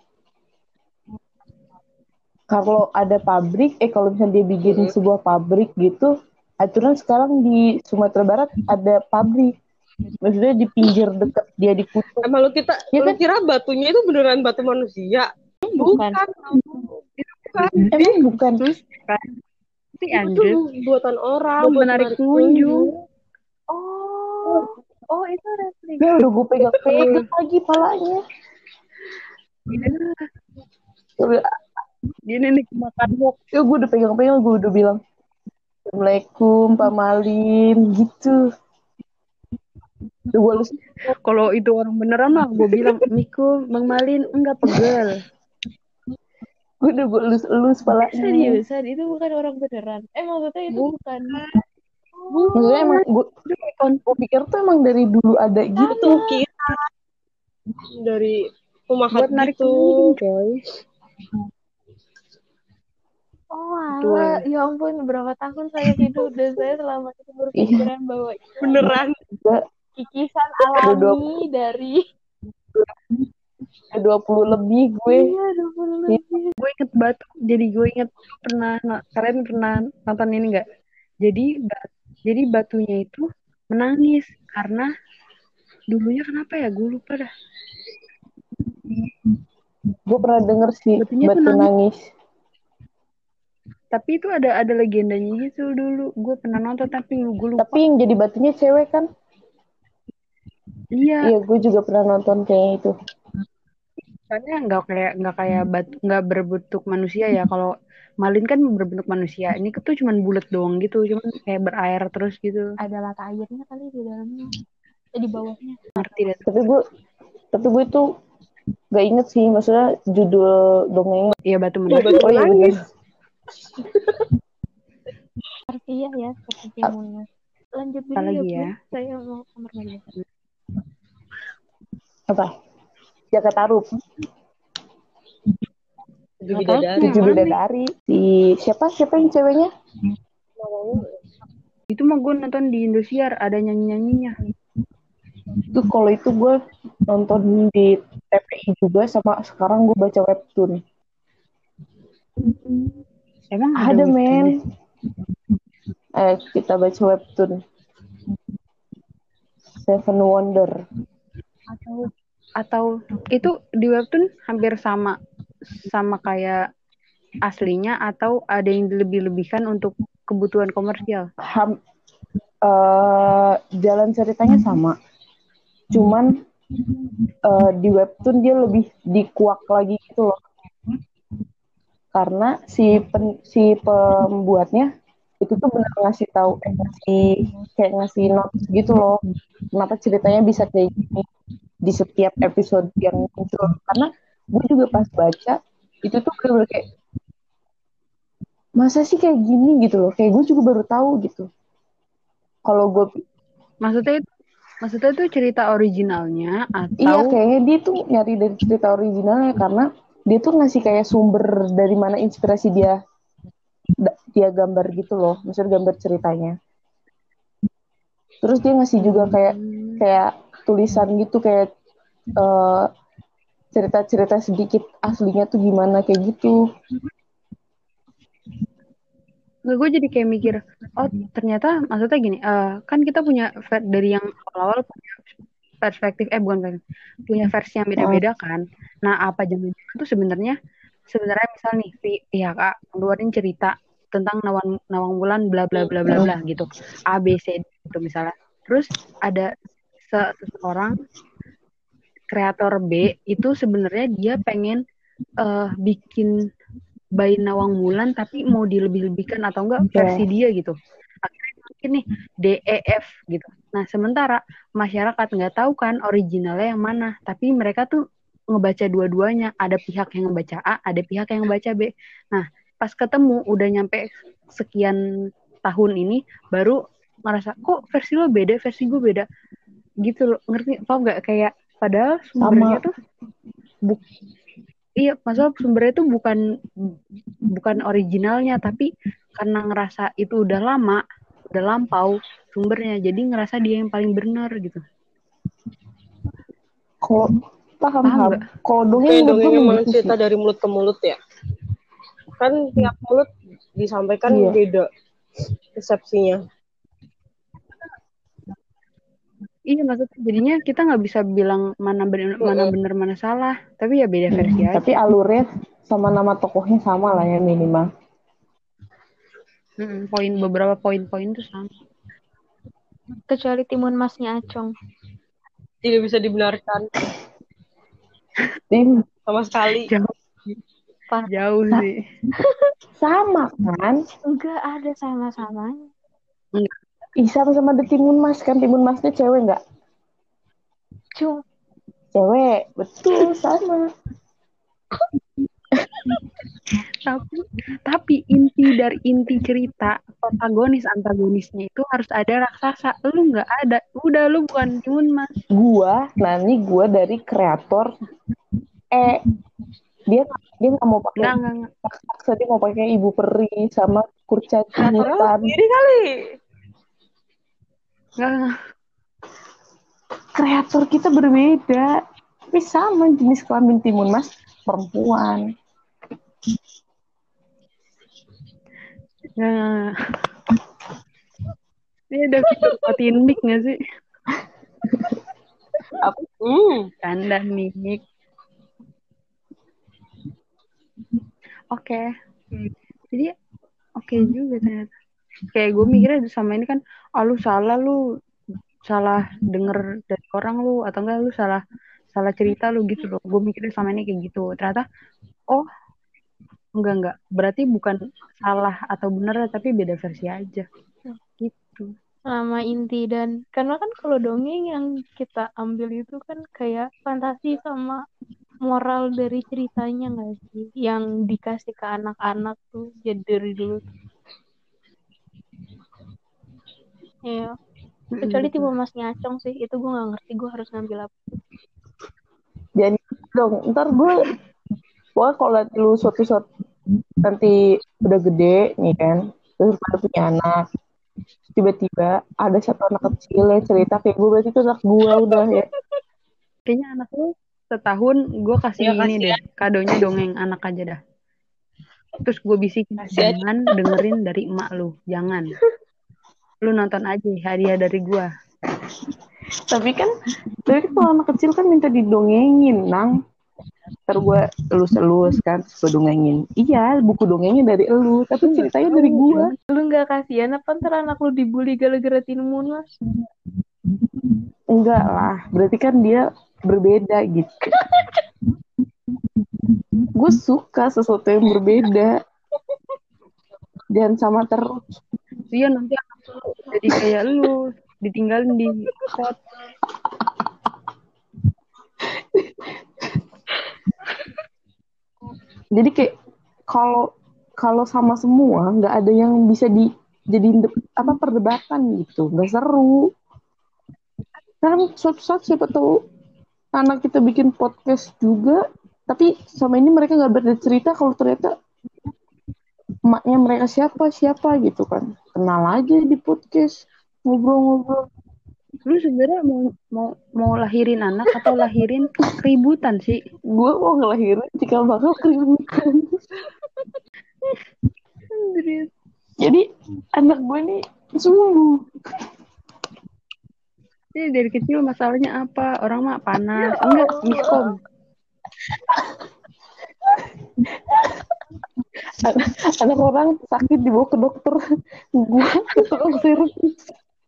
Kalau ada pabrik, kalau misalnya dia bikin sebuah pabrik gitu, aturan sekarang di Sumatera Barat ada pabrik. Maksudnya di pinggir dekat dia di kutub. Emang lu kira batunya itu beneran batu manusia? Bukan. Emang bukan. Itu buatan orang, buat menarik pengunjung. Oh itu replika. Ya udah gue pegang lagi palanya. Dia nih makan wok. Ya gue udah pegang, gue udah bilang Assalamualaikum Pak Malin gitu. Kalau itu orang beneran mah gue bilang Miku Bang Malin enggak pegel. Gue udah elus palanya. Seriusan itu bukan orang beneran. Maksudnya itu bukan. Maksudnya emang gue pikir tuh emang dari dulu ada gitu. Kita dari pemahat buat narik gitu. Coy. Alah, ya ampun berapa tahun saya hidup dan saya selama itu berpikiran bahwa itu beneran kikisan alami dari 20 lebih gue. Iya 20 lebih. Gue inget batu. Jadi gue inget kalian pernah nonton ini nggak? Jadi batunya itu menangis karena dulunya kenapa ya? Gue lupa dah. Gue pernah denger sih batu nangis. Tapi itu ada legendanya gitu dulu. Gue pernah nonton tapi gue lupa. Tapi yang jadi batunya cewek kan? Iya. Iya, gue juga pernah nonton kayaknya itu. Soalnya nggak berbentuk manusia ya. Kalau Malin kan berbentuk manusia. Ini tuh cuman bulat doang gitu, cuman kayak berair terus gitu. Ada mata airnya kali di dalamnya. Di bawahnya. Ngerti deh. Tapi gue itu gak inget sih, maksudnya judul dongengnya. Iya batu menangis. Oh iya bener. Iya ya, seperti Muna. Lanjut dulu lagi ya. Saya mau kamar mandi. Apa? Jakarta Tarup. 7 bidadari. Siapa yang ceweknya? Itu mah gue nonton di Indosiar, ada nyanyinya. Itu kalau itu gue nonton di TPI juga, sama sekarang gue baca webtoon. Emang ada men. Kita baca webtoon. Seven Wonder. Atau itu di webtoon hampir sama kayak aslinya atau ada yang lebih-lebihkan untuk kebutuhan komersial? Jalan ceritanya sama. Cuman di webtoon dia lebih dikuak lagi gitu loh, karena si pembuatnya itu tuh benar ngasih tahu, ngasih notes gitu loh, kenapa ceritanya bisa kayak gini di setiap episode yang muncul. Karena gue juga pas baca itu tuh bener kayak, masa sih kayak gini gitu loh, kayak gue juga baru tahu gitu. Kalau gue maksudnya itu cerita originalnya iya, atau kayaknya dia tuh nyari dari cerita originalnya, karena dia tuh ngasih kayak sumber dari mana inspirasi dia gambar gitu loh, maksudnya gambar ceritanya. Terus dia ngasih juga kayak tulisan gitu, kayak cerita-cerita sedikit aslinya tuh gimana kayak gitu. Nggak, gue jadi kayak mikir, oh ternyata maksudnya gini, kan kita punya dari yang awal-awal punya perspektif, punya versi yang beda-beda kan. Nah, apa jangan-jangan tuh sebenarnya misal nih pihak A ngeluarin cerita tentang Nawang Wulan bla bla bla bla bla gitu, A B C gitu misalnya. Terus ada seseorang kreator B itu sebenarnya dia pengen bikin by Nawang Wulan tapi mau dilebih-lebihkan atau enggak versi dia gitu. Akhirnya mungkin nih DEF gitu. Nah, sementara masyarakat nggak tahu kan originalnya yang mana, tapi mereka tuh ngebaca dua-duanya. Ada pihak yang ngebaca A, ada pihak yang ngebaca B. Nah, pas ketemu udah nyampe sekian tahun ini baru merasa kok versi lo beda, versi gue beda. Gitu loh. Ngerti? Paham nggak? Kayak padahal sumbernya tuh iya, masalah sumbernya itu bukan originalnya, tapi karena ngerasa itu udah lama, udah lampau sumbernya, jadi ngerasa dia yang paling benar gitu. Kalau paham nggak? Kalau dongeng emang cerita dari mulut ke mulut ya. Kan tiap mulut disampaikan beda persepsinya. Iya, maksudnya jadinya kita nggak bisa bilang mana benar mana salah, tapi ya beda versi aja. Tapi alurnya sama nama tokohnya sama lah ya minimal. Beberapa poin-poin tuh sama. Kecuali Timun Masnya Acong. Tidak bisa dibenarkan. Sama sekali. Jauh sih. Sama kan? Enggak ada sama-samanya. Sama The Timun Mas kan, Timun Masnya cewek nggak? Cewek, betul sama. tapi inti cerita protagonis antagonisnya itu harus ada raksasa. Lu nggak ada, udah lu bukan Timun Mas. Gua dari kreator dia nggak mau pakai raksasa, dia mau pakai ibu peri sama kurcaci hutan. Ini kali. Kreator kita berbeda, tapi sama jenis kelamin Timun Mas, perempuan. Ini udah fitur matiin mic nggak sih? Apa? Canda mic. Oke. Jadi oke juga ternyata. Kayak gue mikirnya sama ini kan, lu salah denger dari orang lu, atau enggak lu salah cerita lu gitu loh. Gue mikirnya sama ini kayak gitu. Ternyata enggak. Berarti bukan salah atau benar, tapi beda versi aja. Gitu. Sama inti dan karena kan kalau dongeng yang kita ambil itu kan kayak fantasi sama moral dari ceritanya nggak sih, yang dikasih ke anak-anak tuh jadi dari dulu tuh. Iya. Kecuali Timun Masnya Acong sih, itu gue nggak ngerti gue harus ngambil apa. Jadi dong, ntar gue pokoknya kalau lu suatu nanti udah gede nih kan, terus pada punya anak, tiba-tiba ada satu anak kecil yang cerita kayak gue, berarti itu anak gue udah ya. Kayaknya anak lu setahun gue kasih ini deh, kadonya dongeng anak aja dah. Terus gue bisikin, jangan dengerin dari emak lu, jangan. Lu nonton aja, hadiah dari gue. Tapi kalau anak kecil kan minta didongengin, Nang. Ntar gue elus kan, gue dongengin. Iya, buku dongengnya dari elu, tapi ceritanya dari gue. Lu gak kasihan apa ntar anak lu dibully gara-gara Timun Mas? Enggak lah, berarti kan dia berbeda gitu. Gue suka sesuatu yang berbeda. Jangan sama terus. Iya nanti aku jadi kayak lu ditinggalin di kot. Jadi kayak kalau sama semua nggak ada yang bisa dijadiin perdebatan gitu, nggak seru. Kan suatu saat siapa tahu anak kita bikin podcast juga, tapi sama ini mereka nggak bercerita kalau ternyata emaknya mereka siapa gitu kan. Kenal aja di podcast, ngobrol-ngobrol. Lu sebenarnya mau lahirin anak atau lahirin keributan sih? Gue mau ngelahirin jika bakal keributan. Jadi anak gue nih sungguh. Jadi dari kecil masalahnya apa? Orang mah panas, enggak miskom. Anak orang sakit dibawa ke dokter, gue ke tukang servis.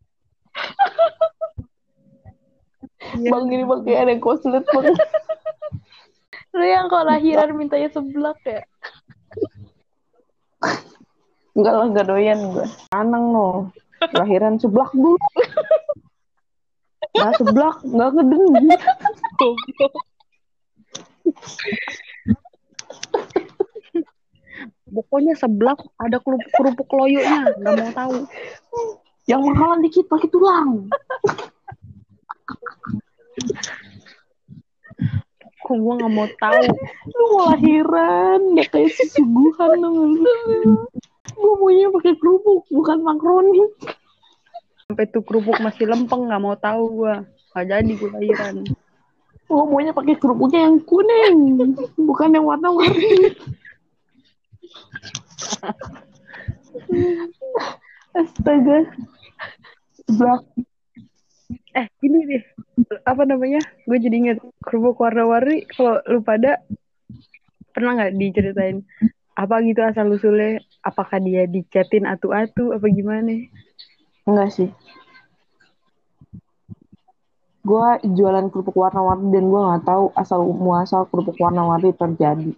Bang ini pakai ada konslet banget. Lu yang kalau lahiran mintanya seblak ya? Enggak lah, gak doyan gue. Anang no, lahiran seblak dulu. Nah seblak, gak ngeden. Pokoknya seblak ada kerupuk loyoknya, nggak mau tahu. Yang mahalan dikit pakai tulang. Kok gue nggak mau tahu. Lu mau lahiran, gak kayak suguhan lu. Gue maunya pakai kerupuk, bukan makaroni. Sampai tuh kerupuk masih lempeng, nggak mau tahu gue. Gak jadi gue lahiran. Gue maunya pakai kerupuknya yang kuning, bukan yang warna-warni. Astaga. Seblak. Gini deh. Apa namanya? Gue jadi inget kerupuk warna-warni. Kalau lu pada pernah nggak diceritain apa gitu asal usulnya? Apakah dia dicetin atu-atu apa gimana? Enggak sih. Gue jualan kerupuk warna-warni dan gue nggak tahu asal muasal kerupuk warna-warni terjadi.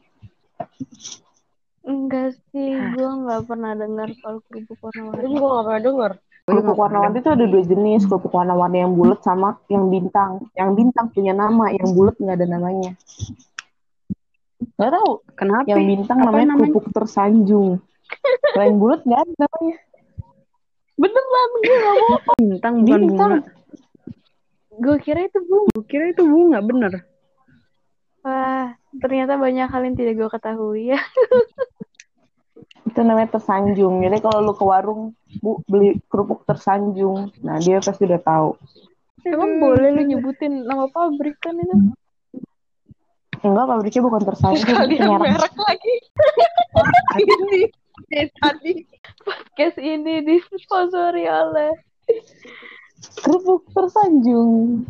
Enggak sih, gue nggak pernah dengar soal kerupuk warna-warni. Gue juga nggak pernah dengar. Kerupuk warna-warni itu ada 2 jenis, kerupuk warna-warni yang bulat sama yang bintang. Yang bintang punya nama, yang bulat nggak ada namanya. Nggak tahu. Kenapa? Yang bintang namanya kerupuk tersanjung. Kalau yang bulat nggak ada namanya. Beneran, gue nggak mau. Bintang bukan bunga. Gue kira itu bunga. Bener. Wah, ternyata banyak hal yang tidak gue ketahui ya. Itu namanya tersanjung. Jadi kalau lu ke warung, Bu, beli kerupuk tersanjung. Nah, dia pasti udah tahu. Emang boleh lu nyebutin nama pabrik kan itu? Enggak, pabriknya bukan tersanjung. Kalian merek lagi. Ini tadi. Podcast ini disponsori oleh kerupuk tersanjung.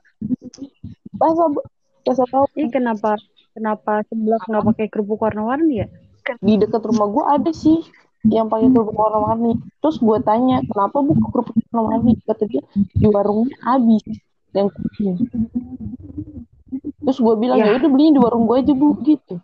Masa tahu? Ini kenapa seblak nggak pakai kerupuk warna-warni ya? Di dekat rumah gue ada sih yang pakai kerupuk warna-warni. Terus gue tanya, kenapa buka kerupuk warna-warni? Kata dia, di warungnya habis yang kuning. Terus gue bilang, ya udah belinya di warung gue aja, Bu, gitu.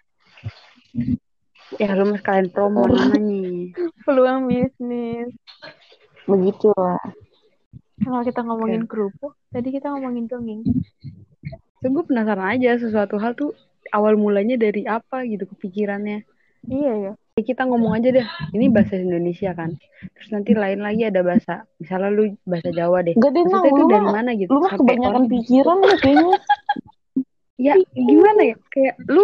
Ya lu mas kalian promo namanya. peluang bisnis. Begitulah. Kalau kita ngomongin kerupuk, tadi kita ngomongin dongeng. So, gue penasaran aja sesuatu hal tuh awal mulanya dari apa gitu kepikirannya. Iya ya. Kita ngomong aja deh, ini bahasa Indonesia kan. Terus nanti lain lagi ada bahasa, misalnya lu bahasa Jawa deh. Gak deh, maksudnya itu dari mana gitu? Lu mah kebanyakan pikiran lu kayaknya. Ya gimana ya, kayak lu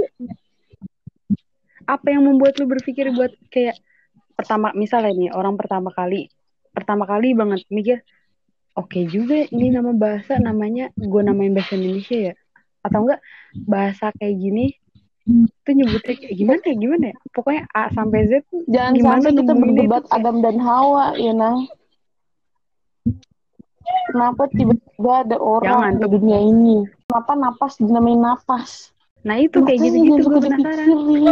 apa yang membuat lu berpikir buat kayak pertama, misalnya nih orang pertama kali banget mikir, oke juga ini nama bahasa namanya gue namain bahasa Indonesia ya, atau enggak bahasa kayak gini tuh nyebutnya kayak gimana ya pokoknya A sampai Z tuh jangan gimana sampai kita berdebat kayak... Adam dan Hawa ya Nang. Kenapa tiba-tiba ada orang di dunia ini, kenapa napas dinamain napas? Nah itu kayak gitu-gitu gue penasaran.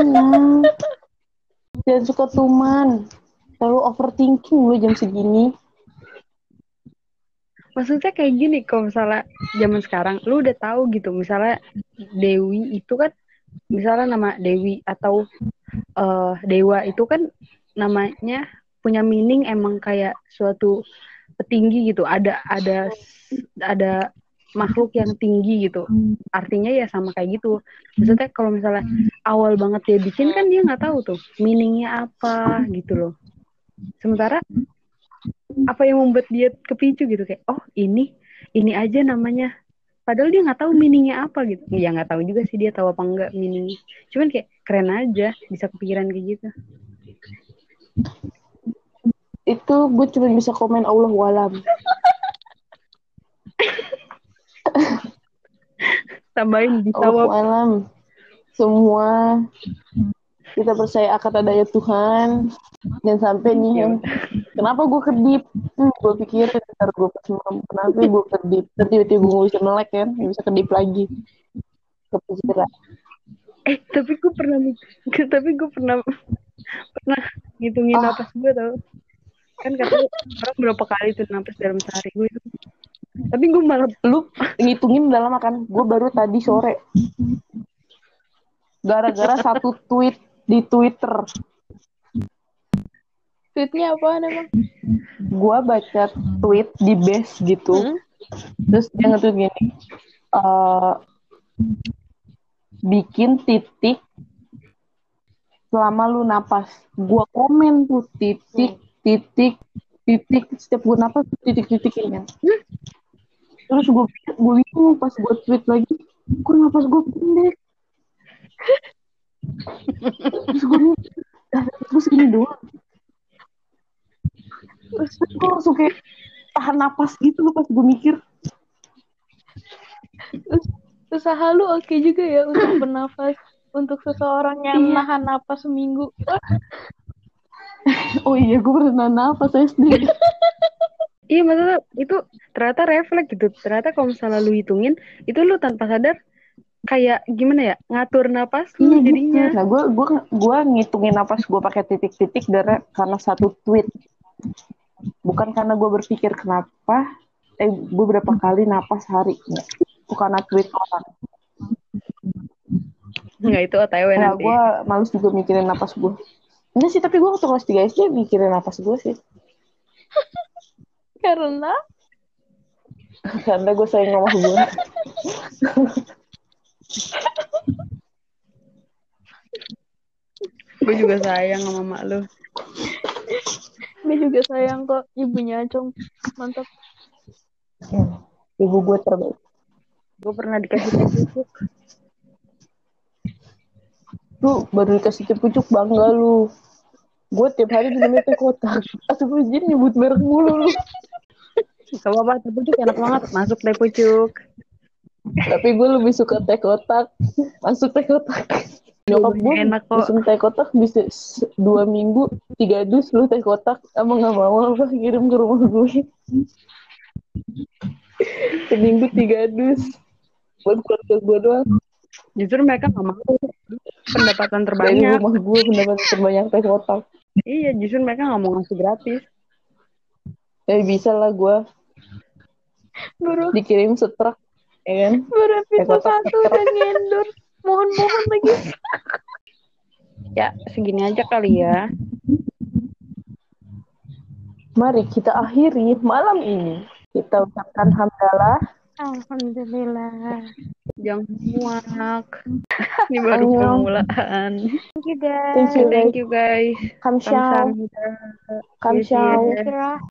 Jangan suka tuman, terlalu overthinking lu jam segini. Maksudnya kayak gini, kalau misalnya zaman sekarang lu udah tahu gitu, misalnya Dewi itu kan, misalnya nama Dewi atau Dewa itu kan namanya punya meaning emang kayak suatu petinggi gitu, ada makhluk yang tinggi gitu, artinya ya sama kayak gitu. Maksudnya kalau misalnya awal banget dia bikin kan dia nggak tahu tuh meaningnya apa gitu loh. Sementara apa yang membuat dia kepicu gitu, kayak oh ini aja namanya, padahal dia nggak tahu meaningnya apa gitu. Ya nggak tahu juga sih dia tahu apa enggak meaningnya, cuman kayak keren aja bisa kepikiran kayak gitu. Itu gue cuma bisa komen Allah walam. Tambahin bisa Allah walam. Semua kita percaya akan adanya Tuhan. Dan sampai nih ya, kenapa gue kedip? Gue pikirin ntar gue pas malam, kenapa gue kedip? Ntar tiba-tiba gue bisa melek kan, gak bisa kedip lagi. Kepikiran. Tapi gue pernah ngitungin napas gue tau. Kan katanya orang berapa kali tuh napas dalam sehari gue itu. Tapi gue malah, lu ngitungin udah lama kan? Gue baru tadi sore. Gara-gara satu tweet di Twitter. Tweetnya apaan emang? Gue baca tweet di base gitu. Terus dia nge-tweet gini. Bikin titik selama lu napas. Gue komen tuh titik setiap gue napas titik-titikin kan. Terus gue bingung pas gue tweet lagi, kok napas gue pendek. Terus gue terus gini doang. Terus gue langsung kayak tahan napas gitu loh pas gue mikir. Usaha lu oke juga ya untuk bernafas untuk seseorang yang nahan napas seminggu. Oh iya, gue pernah napas SD. iya maksudnya itu ternyata refleks gitu. Ternyata kalau misalnya lu hitungin, itu lu tanpa sadar kayak gimana ya, ngatur napas lu jadinya. Gitu. Nah, gue ngitungin napas gue pakai titik-titik karena satu tweet. Bukan karena gue berpikir kenapa gue berapa kali napas hari. Bukan karena tweet orang. Nggak, itu OTW nanti. Nah, gue males juga mikirin napas gue. Enggak sih, tapi gue waktu kelas 3 SD mikirin napas gue sih. Karena gue sayang sama gue. Gue juga sayang sama mak lu. Gue juga sayang kok, ibunya Acong. Mantap. Ibu gue terbaik. Gue pernah dikasih teh pucuk. Lu baru dikasih teh pucuk bangga lu. Gue tiap hari minum teh kotak. Atuh gue jadi nyebut merek mulu lu. Gak apa-apa, teh pucuk enak banget. Masuk teh pucuk. Tapi gue lebih suka teh kotak. Masuk teh kotak. Nyokap gue pesen teh kotak bisa 2 minggu 3 dus lu teh kotak. Emang gak mau apa kirim ke rumah gue. Seminggu 3 dus. Buat keluarga gue doang. Justru mereka gak mau. Pendapatan terbanyak. Dari rumah gue pendapatan terbanyak teh kotak. Iya, justru mereka gak mau ngasih gratis. Bisa lah gue. Dikirim setruk. Ya kan? Baru episode 1 udah ngendur. Mohon lagi. Ya, segini aja kali ya. Mari kita akhiri malam ini. Kita ucapkan hamdalah. Alhamdulillah. Jangan muak. Ini baru permulaan. Thank you guys. Thank you guys. Kamsahamnida.